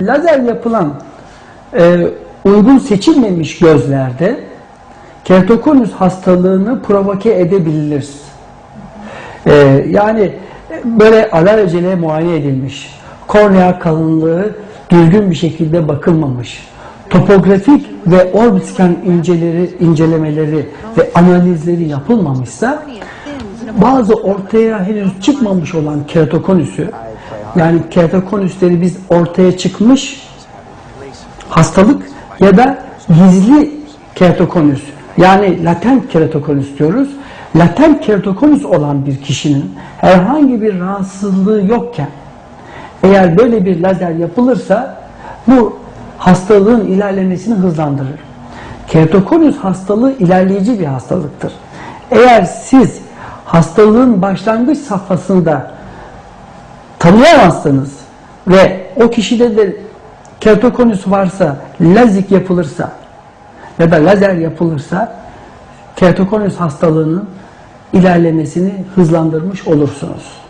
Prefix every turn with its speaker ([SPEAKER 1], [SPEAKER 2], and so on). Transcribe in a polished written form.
[SPEAKER 1] Lazer yapılan uygun seçilmemiş gözlerde keratokonus hastalığını provoke edebilir. Yani böyle alelacele muayene edilmiş, kornea kalınlığı düzgün bir şekilde bakılmamış, topografik ve orbiskan incelemeleri ve analizleri yapılmamışsa bazı ortaya henüz çıkmamış olan keratokonüsü, yani keratokonüsleri biz ortaya çıkmış hastalık ya da gizli keratokonüs, yani latent keratokonüs diyoruz. Latent keratokonüs olan bir kişinin herhangi bir rahatsızlığı yokken eğer böyle bir lazer yapılırsa bu hastalığın ilerlemesini hızlandırır. Keratokonüs hastalığı ilerleyici bir hastalıktır. Eğer siz hastalığın başlangıç safhasında tanıyamazsanız ve o kişide de keratokonüs varsa, lazik yapılırsa ya da lazer yapılırsa keratokonüs hastalığının ilerlemesini hızlandırmış olursunuz.